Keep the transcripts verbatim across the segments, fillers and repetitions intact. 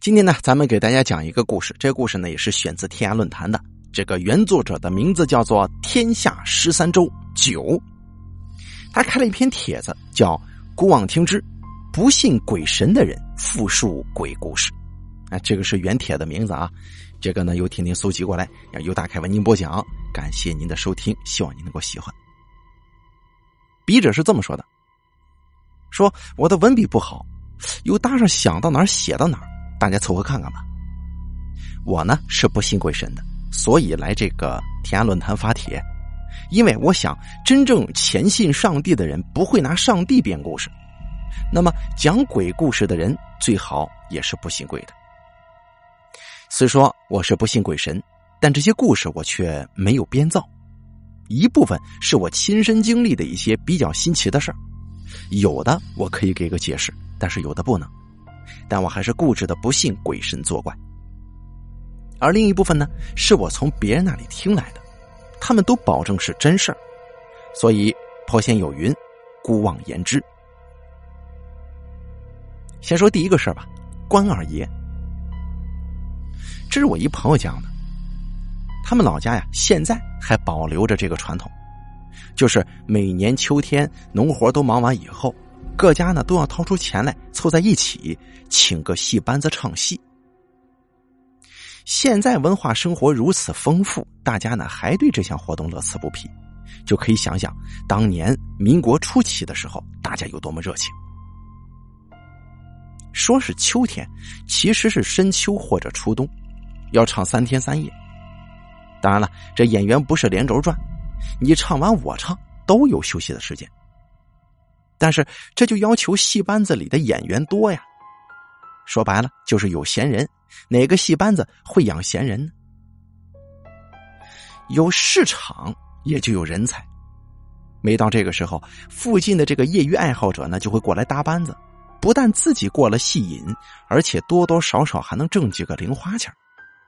今天呢，咱们给大家讲一个故事，这个故事呢也是选自天涯论坛的，这个原作者的名字叫做天下十三州九，他开了一篇帖子叫姑妄听之，不信鬼神的人复述鬼故事。啊，这个是原帖的名字啊，这个呢由婷婷搜集过来，由大凯为您播讲，感谢您的收听，希望您能够喜欢。笔者是这么说的，说我的文笔不好，又搭上想到哪儿写到哪儿，大家凑合看看吧。我呢是不信鬼神的，所以来这个天涯论坛发帖，因为我想真正虔信上帝的人不会拿上帝编故事，那么讲鬼故事的人最好也是不信鬼的。虽说我是不信鬼神，但这些故事我却没有编造，一部分是我亲身经历的一些比较新奇的事儿，有的我可以给个解释，但是有的不能，但我还是固执的不信鬼神作怪。而另一部分呢，是我从别人那里听来的，他们都保证是真事儿，所以颇显有云，姑妄言之。先说第一个事儿吧，关二爷。这是我一朋友讲的，他们老家呀现在还保留着这个传统，就是每年秋天农活都忙完以后，各家呢都要掏出钱来凑在一起请个戏班子唱戏。现在文化生活如此丰富，大家呢还对这项活动乐此不疲，就可以想想当年民国初期的时候大家有多么热情。说是秋天，其实是深秋或者初冬，要唱三天三夜。当然了，这演员不是连轴转，你唱完我唱都有休息的时间，但是这就要求戏班子里的演员多呀。说白了就是有闲人，哪个戏班子会养闲人呢？有市场也就有人才，每到这个时候，附近的这个业余爱好者呢就会过来搭班子，不但自己过了戏瘾，而且多多少少还能挣几个零花钱。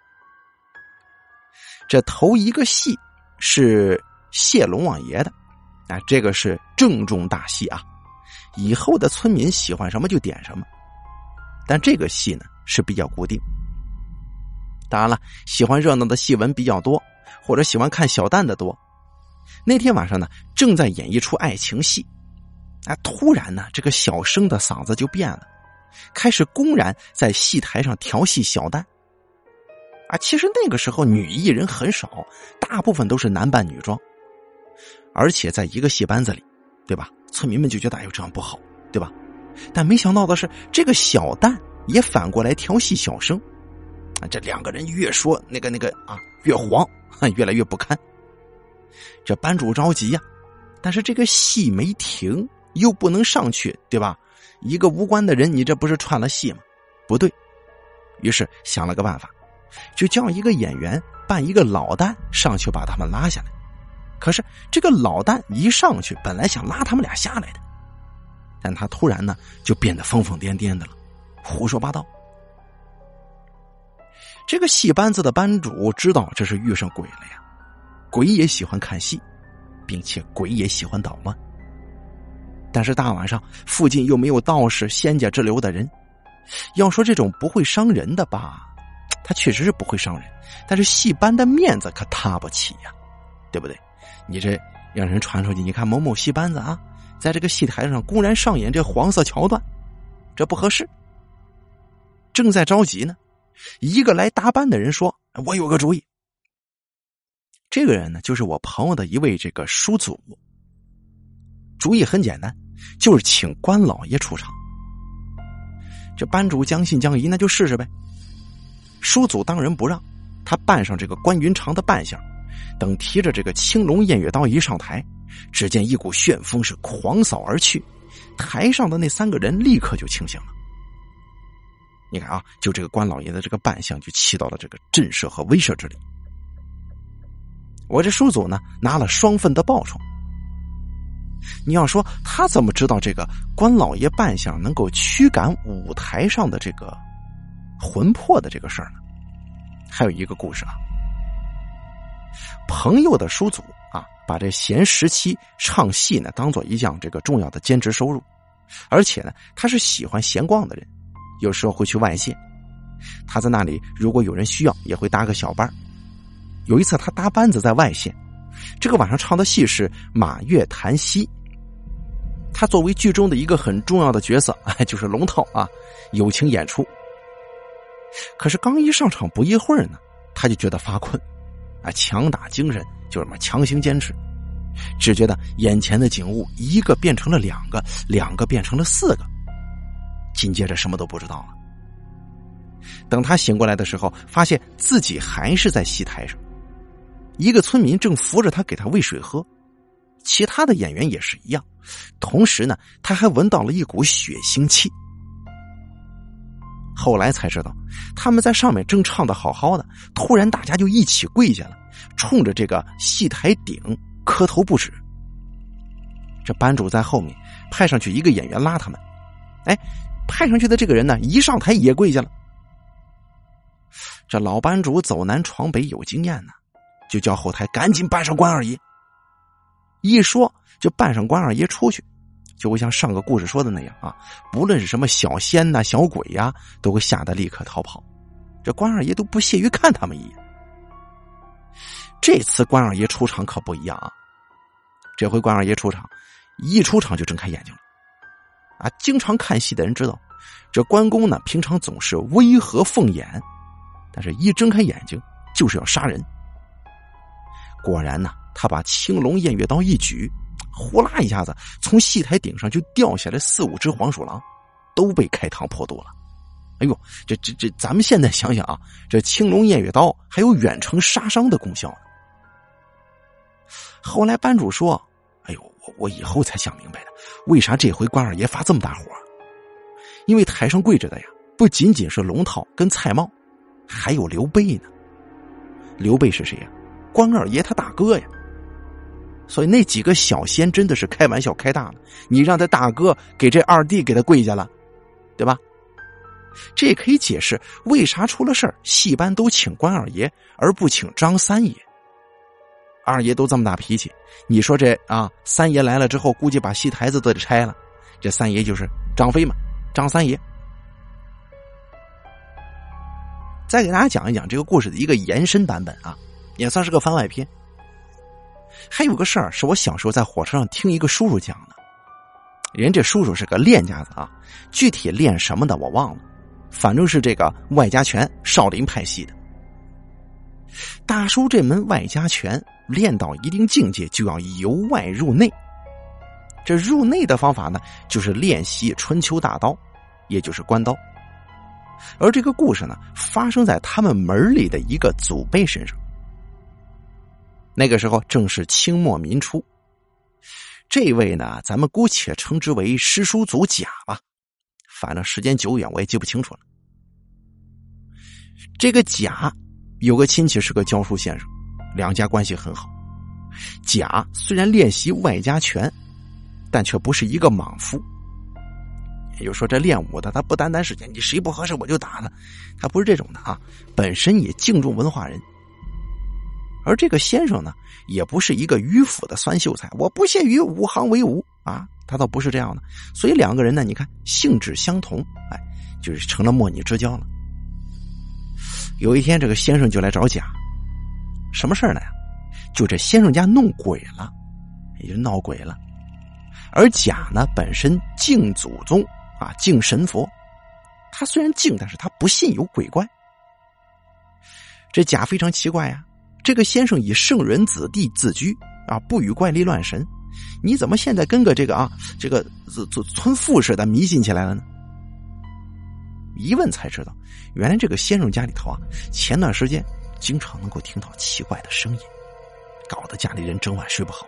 这头一个戏是谢龙王爷的，啊，这个是正中大戏啊，以后的村民喜欢什么就点什么。但这个戏呢是比较固定，当然了，喜欢热闹的戏文比较多，或者喜欢看小旦的多。那天晚上呢正在演一出爱情戏，啊，突然呢这个小生的嗓子就变了，开始公然在戏台上调戏小旦。啊，其实那个时候女艺人很少，大部分都是男扮女装，而且在一个戏班子里，对吧？村民们就觉得哎呦这样不好，对吧？但没想到的是，这个小旦也反过来调戏小生，啊，这两个人越说那个那个啊越黄，越来越不堪。这班主着急呀，但是这个戏没停，又不能上去，对吧？一个无关的人，你这不是串了戏吗？不对，于是想了个办法，就叫一个演员扮一个老旦上去把他们拉下来。可是这个老旦一上去，本来想拉他们俩下来的，但他突然呢就变得疯疯癫癫的了，胡说八道。这个戏班子的班主知道这是遇上鬼了呀，鬼也喜欢看戏，并且鬼也喜欢捣乱。但是大晚上附近又没有道士仙家之流的人，要说这种不会伤人的吧，他确实是不会伤人，但是戏班的面子可塌不起呀，对不对？你这让人传出去，你看某某戏班子啊，在这个戏台上公然上演这黄色桥段，这不合适。正在着急呢，一个来搭班的人说，我有个主意。这个人呢就是我朋友的一位这个叔祖，主意很简单，就是请关老爷出场。这班主将信将疑，那就试试呗。叔祖当仁不让，他扮上这个关云长的扮相，等提着这个青龙偃月刀一上台，只见一股旋风是狂扫而去，台上的那三个人立刻就清醒了。你看啊，就这个关老爷的这个扮相就起到了这个震慑和威慑之力。我这叔祖呢拿了双份的报酬。你要说他怎么知道这个关老爷扮相能够驱赶舞台上的这个魂魄的这个事儿呢？还有一个故事啊，朋友的叔祖啊，把这闲时期唱戏呢当做一项这个重要的兼职收入，而且呢他是喜欢闲逛的人，有时候会去外县， 他在那里如果有人需要也会搭个小班。有一次他搭班子在外县，这个晚上唱的戏是《马月檀溪》，他作为剧中的一个很重要的角色，就是龙套啊，友情演出。可是刚一上场不一会儿呢，他就觉得发困啊，强打精神，就这么强行坚持，只觉得眼前的景物一个变成了两个，两个变成了四个，紧接着什么都不知道了。等他醒过来的时候，发现自己还是在戏台上，一个村民正扶着他给他喂水喝，其他的演员也是一样。同时呢，他还闻到了一股血腥气。后来才知道，他们在上面正唱得好好的，突然大家就一起跪下了，冲着这个戏台顶磕头不止。这班主在后面派上去一个演员拉他们，哎，派上去的这个人呢，一上台也跪下了。这老班主走南闯北有经验呢，就叫后台赶紧搬上关二爷。一说就搬上关二爷出去，就会像上个故事说的那样啊，不论是什么小仙呐、小鬼呀，都会吓得立刻逃跑。这关二爷都不屑于看他们一眼。这次关二爷出场可不一样啊，这回关二爷出场，一出场就睁开眼睛了。啊，经常看戏的人知道，这关公呢平常总是威和凤眼，但是一睁开眼睛就是要杀人。果然呢，他把青龙偃月刀一举，呼啦一下子从戏台顶上就掉下来四五只黄鼠狼，都被开膛破肚了。哎呦，这这这，咱们现在想想啊，这青龙偃月刀还有远程杀伤的功效呢。后来班主说，哎呦，我我以后才想明白的，为啥这回关二爷发这么大火？因为台上跪着的呀，不仅仅是龙套跟蔡瑁，还有刘备呢。刘备是谁呀？关二爷他大哥呀。所以那几个小仙真的是开玩笑开大了，你让他大哥给这二弟给他跪下了，对吧？这也可以解释为啥出了事儿戏班都请关二爷而不请张三爷。二爷都这么大脾气，你说这啊，三爷来了之后估计把戏台子都得拆了，这三爷就是张飞嘛，张三爷。再给大家讲一讲这个故事的一个延伸版本啊，也算是个番外篇。还有个事儿是我小时候在火车上听一个叔叔讲的，人这叔叔是个练家子啊，具体练什么的我忘了，反正是这个外家拳少林派系的。大叔这门外家拳练到一定境界就要由外入内，这入内的方法呢，就是练习春秋大刀，也就是关刀。而这个故事呢，发生在他们门里的一个祖辈身上。那个时候正是清末民初，这位呢，咱们姑且称之为师叔祖甲吧，反正时间久远我也记不清楚了。这个甲有个亲戚是个教书先生，两家关系很好。甲虽然练习外家拳，但却不是一个莽夫。也就是说，这练武的他不单单是你谁不合适我就打他，他不是这种的啊，本身也敬重文化人。而这个先生呢，也不是一个迂腐的酸秀才，我不屑于武行为武啊，他倒不是这样的。所以两个人呢，你看性质相同，哎，就是成了莫逆之交了。有一天，这个先生就来找甲，什么事儿呢？就这先生家弄鬼了，也就闹鬼了。而甲呢，本身敬祖宗啊，敬神佛，他虽然敬，但是他不信有鬼怪。这甲非常奇怪呀、啊。这个先生以圣人子弟自居啊，不与怪力乱神，你怎么现在跟个这个啊这个村妇似的迷信起来了呢？一问才知道，原来这个先生家里头啊，前段时间经常能够听到奇怪的声音，搞得家里人整晚睡不好。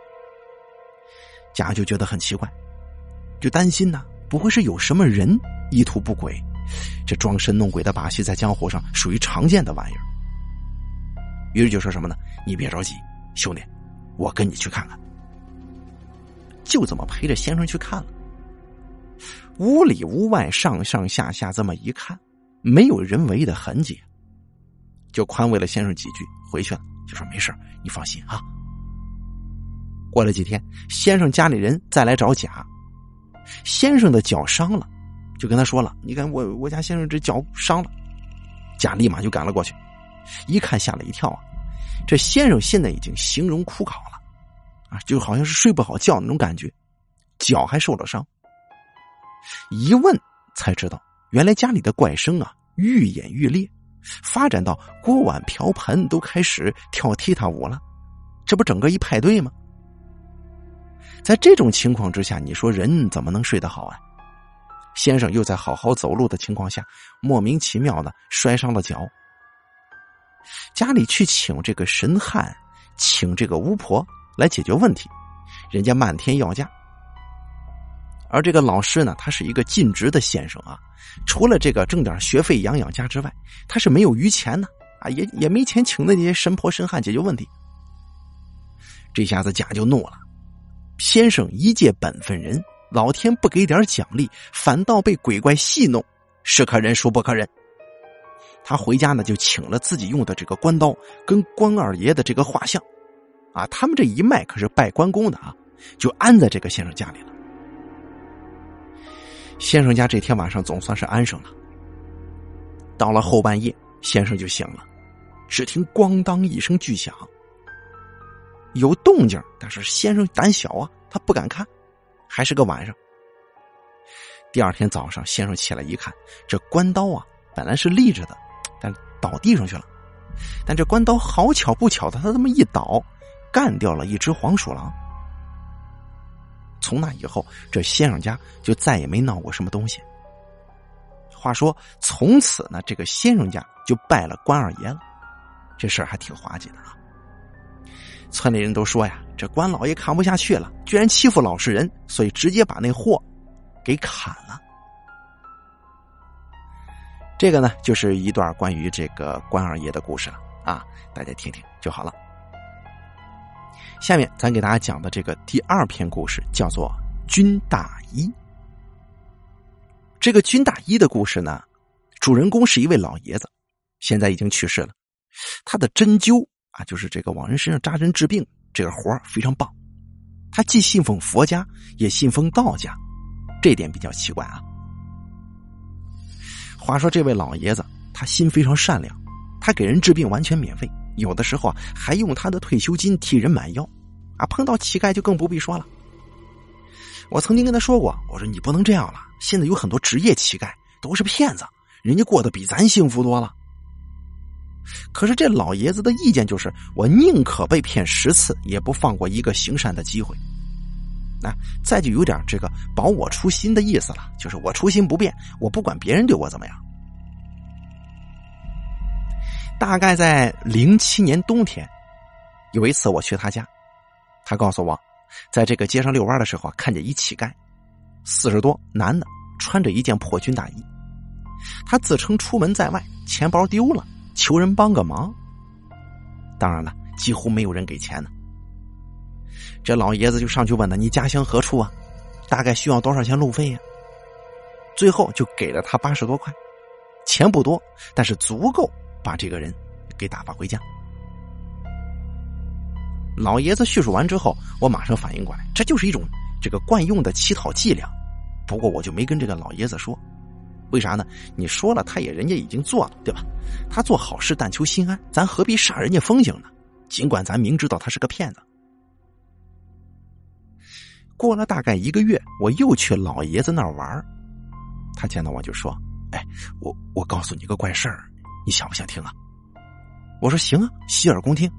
甲就觉得很奇怪，就担心呢、啊，不会是有什么人意图不轨？这装神弄鬼的把戏在江湖上属于常见的玩意儿。于是就说什么呢？你别着急，兄弟，我跟你去看看。就这么陪着先生去看了。屋里屋外上上下下这么一看，没有人为的痕迹，就宽慰了先生几句，回去了，就说没事，你放心啊。过了几天，先生家里人再来找甲，先生的脚伤了，就跟他说了，你看我我家先生这脚伤了， 家立马就赶了过去，一看吓了一跳啊！这先生现在已经形容枯槁了啊，就好像是睡不好觉那种感觉，脚还受了伤。一问才知道，原来家里的怪声啊愈演愈烈，发展到锅碗瓢盆都开始跳踢踏舞了，这不整个一派对吗？在这种情况之下，你说人怎么能睡得好啊？先生又在好好走路的情况下，莫名其妙的摔伤了脚。家里去请这个神汉，请这个巫婆来解决问题，人家漫天要价。而这个老师呢，他是一个尽职的先生啊，除了这个挣点学费养养家之外，他是没有余钱呢啊，也也没钱请那些神婆神汉解决问题。这下子家就怒了，先生一介本分人，老天不给点奖励，反倒被鬼怪戏弄，是可忍孰不可忍。他回家呢，就请了自己用的这个关刀跟关二爷的这个画像啊，他们这一脉可是拜关公的啊，就安在这个先生家里了。先生家这天晚上总算是安生了。到了后半夜，先生就醒了，只听咣当一声巨响，有动静，但是先生胆小啊，他不敢看，还是个晚上。第二天早上，先生起来一看，这关刀啊本来是立着的，但倒地上去了。但这关刀好巧不巧的，他这么一倒，干掉了一只黄鼠狼。从那以后，这先生家就再也没闹过什么东西。话说从此呢，这个先生家就拜了关二爷了，这事儿还挺滑稽的啊。村里人都说呀，这关老爷看不下去了，居然欺负老实人，所以直接把那货给砍了。这个呢，就是一段关于这个关二爷的故事了啊，大家听听就好了。下面咱给大家讲的这个第二篇故事叫做君大医。这个君大医的故事呢，主人公是一位老爷子，现在已经去世了。他的针灸啊，就是这个往人身上扎针治病，这个活非常棒。他既信奉佛家，也信奉道家，这点比较奇怪啊。话说这位老爷子，他心非常善良，他给人治病完全免费，有的时候啊还用他的退休金替人买药啊，碰到乞丐就更不必说了。我曾经跟他说过，我说你不能这样了，现在有很多职业乞丐都是骗子，人家过得比咱幸福多了。可是这老爷子的意见就是，我宁可被骗十次，也不放过一个行善的机会。那、啊、再就有点这个保我初心的意思了，就是我初心不变，我不管别人对我怎么样。大概在零七年冬天，有一次我去他家，他告诉我，在这个街上遛弯的时候啊，看见一乞丐，四十多，男的，穿着一件破军大衣。他自称出门在外，钱包丢了，求人帮个忙。当然了，几乎没有人给钱呢。这老爷子就上去问他，你家乡何处啊？大概需要多少钱路费呀、啊？最后就给了他八十多块，钱不多，但是足够把这个人给打发回家。老爷子叙述完之后，我马上反应过来，这就是一种这个惯用的乞讨伎俩。不过我就没跟这个老爷子说，为啥呢？你说了，他也人家已经做了，对吧？他做好事但求心安，咱何必煞人家风景呢？尽管咱明知道他是个骗子。过了大概一个月，我又去老爷子那儿玩，他见到我就说，哎，我我告诉你个怪事儿，你想不想听啊？我说行啊，洗耳恭听。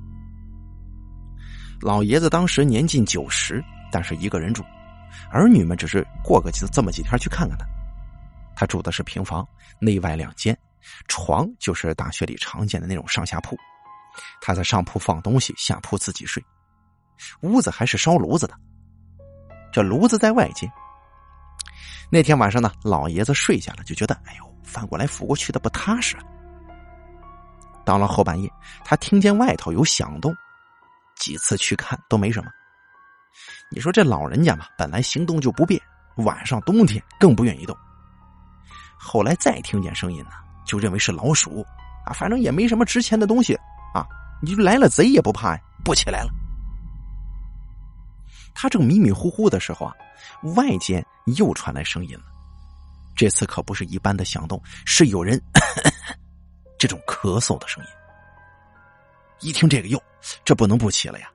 老爷子当时年近九十，但是一个人住，儿女们只是过个这么几天去看看他。他住的是平房，内外两间，床就是大学里常见的那种上下铺，他在上铺放东西，下铺自己睡。屋子还是烧炉子的，这炉子在外间。那天晚上呢，老爷子睡下了，就觉得哎呦，翻过来覆过去的不踏实。到了后半夜，他听见外头有响动，几次去看都没什么。你说这老人家嘛，本来行动就不便，晚上冬天更不愿意动。后来再听见声音呢，就认为是老鼠啊，反正也没什么值钱的东西啊，你就来了贼也不怕呀，不起来了。他正迷迷糊糊的时候啊，外间又传来声音了。这次可不是一般的响动，是有人这种咳嗽的声音。一听这个哟，这不能不起了呀。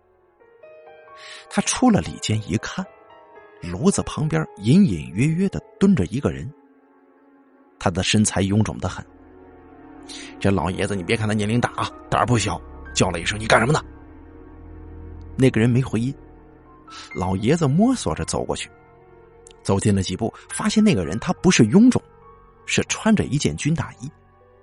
他出了里间一看，炉子旁边隐隐约约的蹲着一个人，他的身材臃肿的很。这老爷子你别看他年龄大啊，胆儿不小，叫了一声你干什么呢？那个人没回音。老爷子摸索着走过去，走近了几步，发现那个人他不是臃肿，是穿着一件军大衣。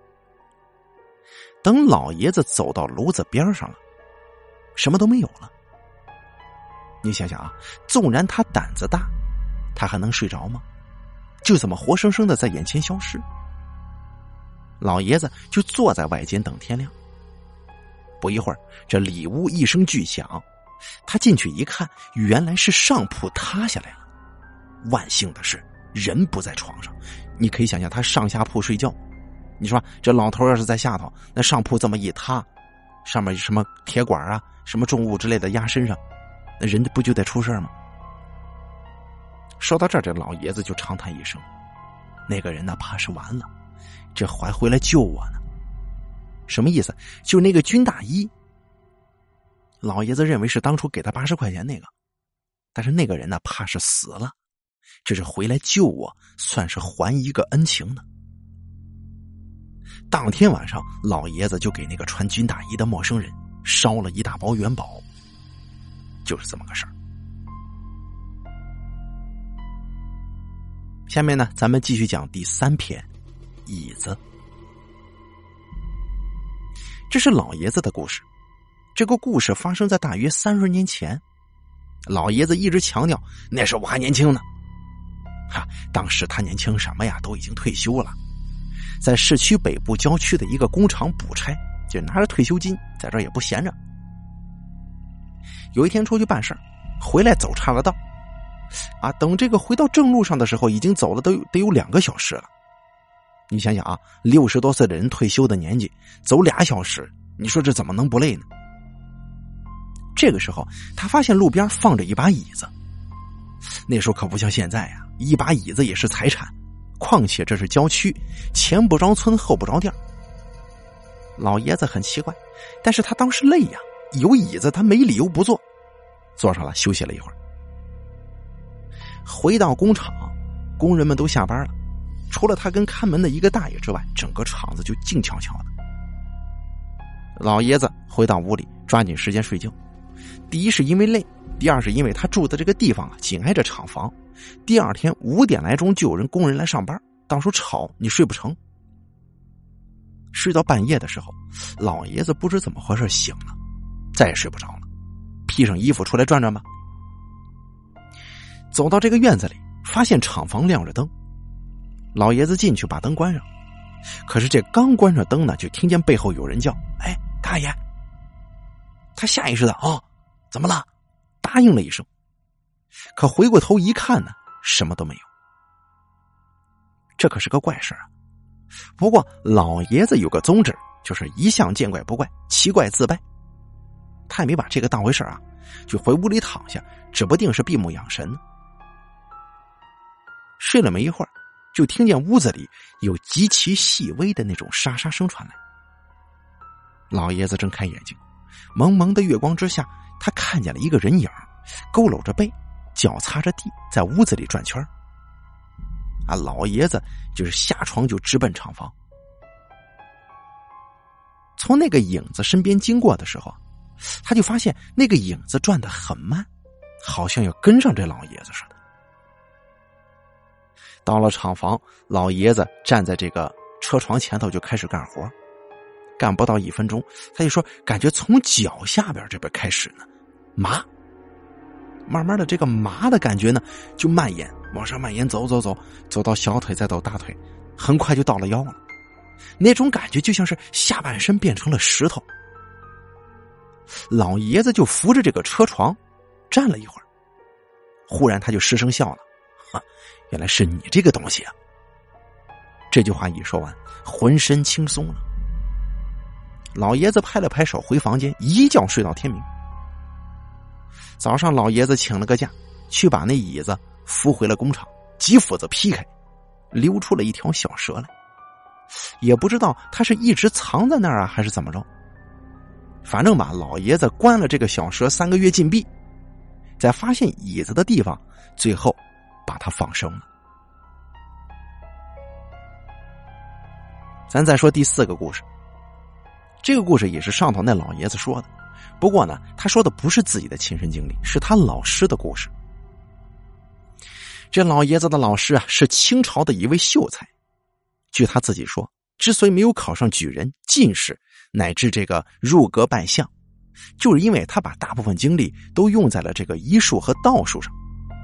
等老爷子走到炉子边上了，什么都没有了。你想想啊，纵然他胆子大，他还能睡着吗？就这么活生生的在眼前消失。老爷子就坐在外间等天亮。不一会儿，这里屋一声巨响，他进去一看，原来是上铺塌下来了。万幸的是人不在床上，你可以想象他上下铺睡觉，你说这老头要是在下头，那上铺这么一塌，上面什么铁管啊，什么重物之类的压身上，那人不就得出事吗？说到这儿，这老爷子就长叹一声，那个人呢怕是完了，这还回来救我呢。什么意思？就那个军大衣，老爷子认为是当初给他八十块钱那个，但是那个人呢怕是死了，这是回来救我，算是还一个恩情呢。当天晚上，老爷子就给那个穿军大衣的陌生人烧了一大包元宝，就是这么个事儿。下面呢，咱们继续讲第三篇，椅子。这是老爷子的故事，这个故事发生在大约三十年前。老爷子一直强调那时候我还年轻呢，哈，当时他年轻什么呀，都已经退休了，在市区北部郊区的一个工厂补差，就拿着退休金，在这儿也不闲着。有一天出去办事儿，回来走岔了道，啊，等这个回到正路上的时候，已经走了都得有两个小时了。你想想啊，六十多岁的人退休的年纪，走俩小时，你说这怎么能不累呢？这个时候，他发现路边放着一把椅子。那时候可不像现在啊，一把椅子也是财产，况且这是郊区，前不着村后不着店。老爷子很奇怪，但是他当时累呀，有椅子他没理由不坐，坐上了休息了一会儿。回到工厂，工人们都下班了，除了他跟看门的一个大爷之外，整个厂子就静悄悄的。老爷子回到屋里，抓紧时间睡觉。第一是因为累，第二是因为他住的这个地方啊，紧挨着厂房。第二天五点来钟就有人工人来上班，到时候吵你睡不成。睡到半夜的时候，老爷子不知怎么回事醒了，再也睡不着了，披上衣服出来转转吧。走到这个院子里，发现厂房亮着灯，老爷子进去把灯关上，可是这刚关上灯呢，就听见背后有人叫：“哎，大爷！”他下意识的哦，怎么了？答应了一声，可回过头一看呢，什么都没有。这可是个怪事啊！不过老爷子有个宗旨，就是一向见怪不怪，奇怪自败。他也没把这个当回事啊，就回屋里躺下，指不定是闭目养神呢。睡了没一会儿，就听见屋子里有极其细微的那种沙沙声传来。老爷子睁开眼睛，蒙蒙的月光之下，他看见了一个人影，佝偻着背，脚擦着地，在屋子里转圈。啊，老爷子就是下床就直奔厂房。从那个影子身边经过的时候，他就发现那个影子转得很慢，好像要跟上这老爷子似的。到了厂房，老爷子站在这个车床前头就开始干活，干不到一分钟，他就说感觉从脚下边这边开始呢麻，慢慢的这个麻的感觉呢就蔓延往上蔓延，走走走走到小腿，再到大腿，很快就到了腰了。那种感觉就像是下半身变成了石头。老爷子就扶着这个车床站了一会儿，忽然他就失声笑了，哈，原来是你这个东西啊。这句话一说完，浑身轻松了。老爷子拍了拍手，回房间一觉睡到天明。早上老爷子请了个假，去把那椅子扶回了工厂，几斧子劈开，溜出了一条小蛇来。 也不知道他是一直藏在那儿啊，还是怎么着。反正吧，老爷子关了这个小蛇三个月禁闭，在发现椅子的地方，最后把它放生了。咱再说第四个故事，这个故事也是上头那老爷子说的，不过呢，他说的不是自己的亲身经历，是他老师的故事。这老爷子的老师啊，是清朝的一位秀才。据他自己说，之所以没有考上举人、进士，乃至这个入阁拜相，就是因为他把大部分精力都用在了这个医术和道术上。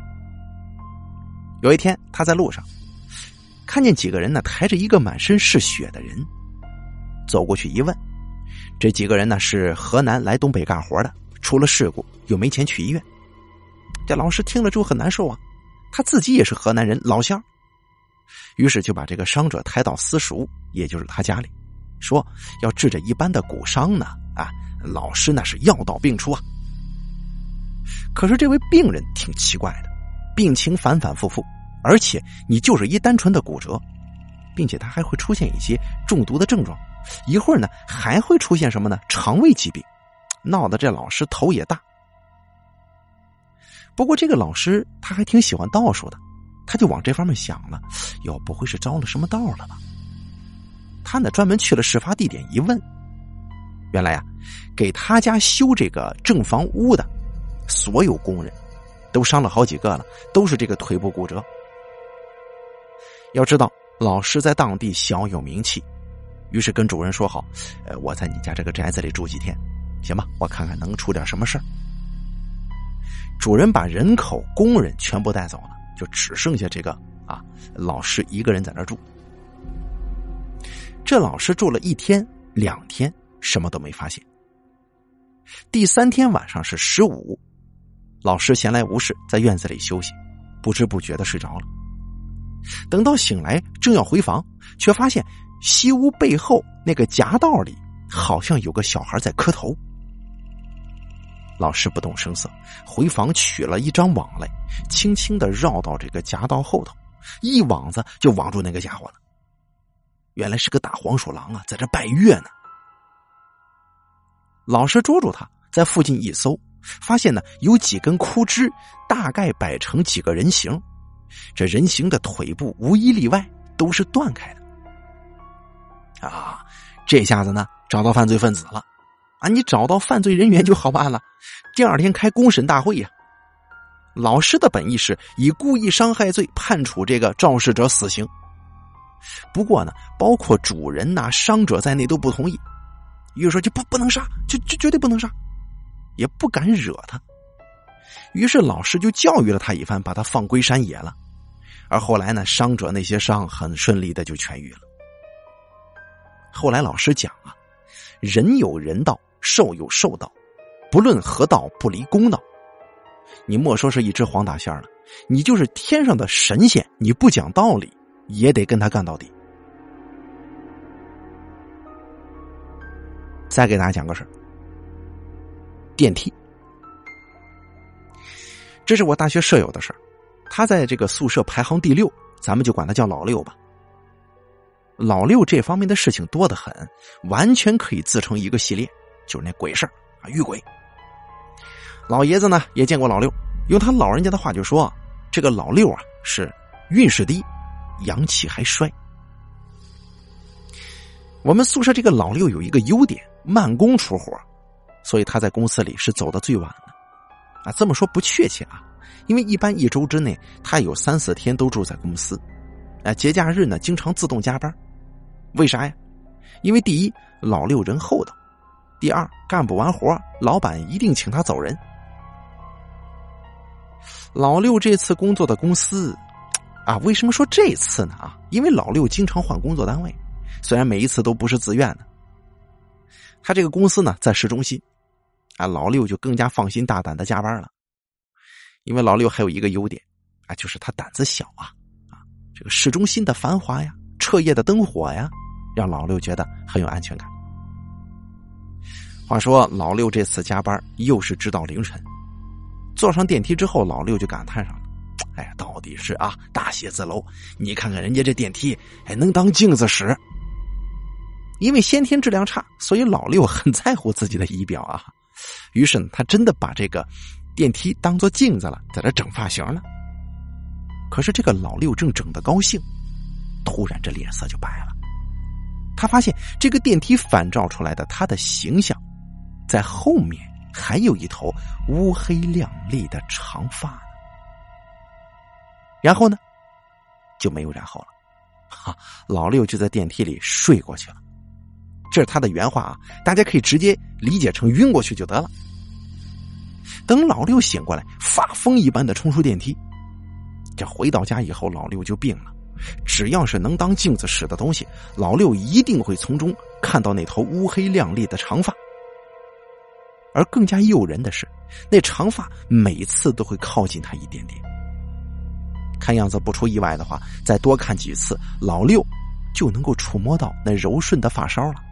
有一天，他在路上看见几个人呢，抬着一个满身是血的人，走过去一问，这几个人呢是河南来东北干活的，出了事故又没钱去医院。这老师听了之后很难受啊，他自己也是河南人，老乡，于是就把这个伤者抬到私塾，也就是他家里，说要治这一般的骨伤呢，啊，老师那是药到病除啊。可是这位病人挺奇怪的，病情反反复复，而且你就是一单纯的骨折，并且他还会出现一些中毒的症状，一会儿呢还会出现什么呢？肠胃疾病，闹得这老师头也大。不过这个老师他还挺喜欢道术的，他就往这方面想了，哟，不会是招了什么道了吧？他呢专门去了事发地点一问，原来啊，给他家修这个正房屋的所有工人都伤了好几个了，都是这个腿部骨折。要知道老师在当地小有名气，于是跟主人说好，呃，我在你家这个宅子里住几天，行吧，我看看能出点什么事儿。主人把人口工人全部带走了，就只剩下这个啊老师一个人在那儿住。这老师住了一天两天，什么都没发现。第三天晚上是十五，老师闲来无事，在院子里休息，不知不觉的睡着了。等到醒来正要回房，却发现西屋背后那个夹道里好像有个小孩在磕头。老师不动声色，回房取了一张网来，轻轻地绕到这个夹道后头，一网子就网住那个家伙了。原来是个大黄鼠狼啊，在这拜月呢。老师捉住他，在附近一搜，发现呢有几根枯枝，大概摆成几个人形，这人形的腿部无一例外都是断开的。啊，这下子呢找到犯罪分子了啊！你找到犯罪人员就好办了，第二天开公审大会呀、啊。老师的本意是以故意伤害罪判处这个肇事者死刑，不过呢，包括主人呐、伤者在内都不同意，于是说就不不能杀，就就绝对不能杀，也不敢惹他。于是老师就教育了他一番，把他放归山野了。而后来呢，伤者那些伤很顺利的就痊愈了。后来老师讲啊，人有人道，兽有兽道，不论何道不离公道。你莫说是一只黄大仙了，你就是天上的神仙，你不讲道理也得跟他干到底。再给大家讲个事儿，电梯。这是我大学舍友的事儿，他在这个宿舍排行第六，咱们就管他叫老六吧。老六这方面的事情多得很，完全可以自成一个系列，就是那鬼事儿啊，遇鬼。老爷子呢也见过老六，用他老人家的话就说，这个老六啊是运势低，阳气还衰。我们宿舍这个老六有一个优点，慢工出活，所以他在公司里是走得最晚的啊。这么说不确切啊，因为一般一周之内他有三四天都住在公司啊，节假日呢经常自动加班。为啥呀？因为第一，老六人厚道；第二，干不完活老板一定请他走人。老六这次工作的公司啊，为什么说这次呢啊？因为老六经常换工作单位，虽然每一次都不是自愿的。他这个公司呢在市中心啊，老六就更加放心大胆的加班了。因为老六还有一个优点啊，就是他胆子小啊啊，这个市中心的繁华呀，彻夜的灯火呀，让老六觉得很有安全感。话说老六这次加班又是直到凌晨，坐上电梯之后，老六就感叹上了，哎呀，到底是啊大写字楼，你看看人家这电梯，哎，能当镜子使， 因为先天质量差，所以老六很在乎自己的仪表啊。于是呢，他真的把这个电梯当作镜子了，在这整发型了。可是这个老六正整得高兴，突然这脸色就白了。他发现这个电梯反照出来的他的形象，在后面还有一头乌黑亮丽的长发。然后呢，就没有然后了。哈，老六就在电梯里睡过去了。这是他的原话啊，大家可以直接理解成晕过去就得了。等老六醒过来，发疯一般的冲出电梯。这回到家以后，老六就病了。只要是能当镜子使的东西，老六一定会从中看到那头乌黑亮丽的长发。而更加诱人的是，那长发每次都会靠近他一点点。看样子不出意外的话，再多看几次，老六就能够触摸到那柔顺的发梢了。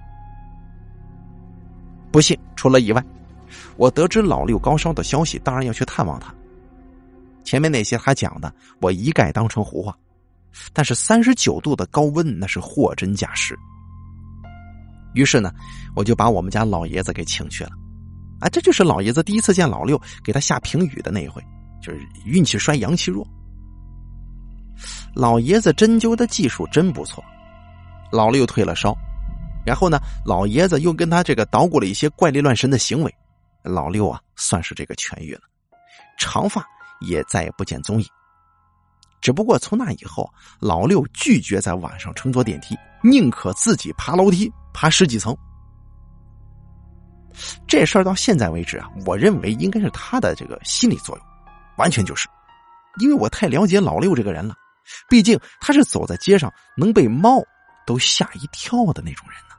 不幸出了意外，我得知老六高烧的消息，当然要去探望他。前面那些他讲的，我一概当成胡话。但是三十九度的高温，那是货真价实。于是呢，我就把我们家老爷子给请去了。啊，这就是老爷子第一次见老六，给他下评语的那一回，就是运气衰，阳气弱。老爷子针灸的技术真不错，老六退了烧。然后呢，老爷子又跟他这个捣鼓了一些怪力乱神的行为，老六啊，算是这个痊愈了，长发也再也不见踪影。只不过从那以后，老六拒绝在晚上乘坐电梯，宁可自己爬楼梯，爬十几层。这事儿到现在为止啊，我认为应该是他的这个心理作用，完全就是，因为我太了解老六这个人了，毕竟他是走在街上能被猫都吓一跳的那种人呢。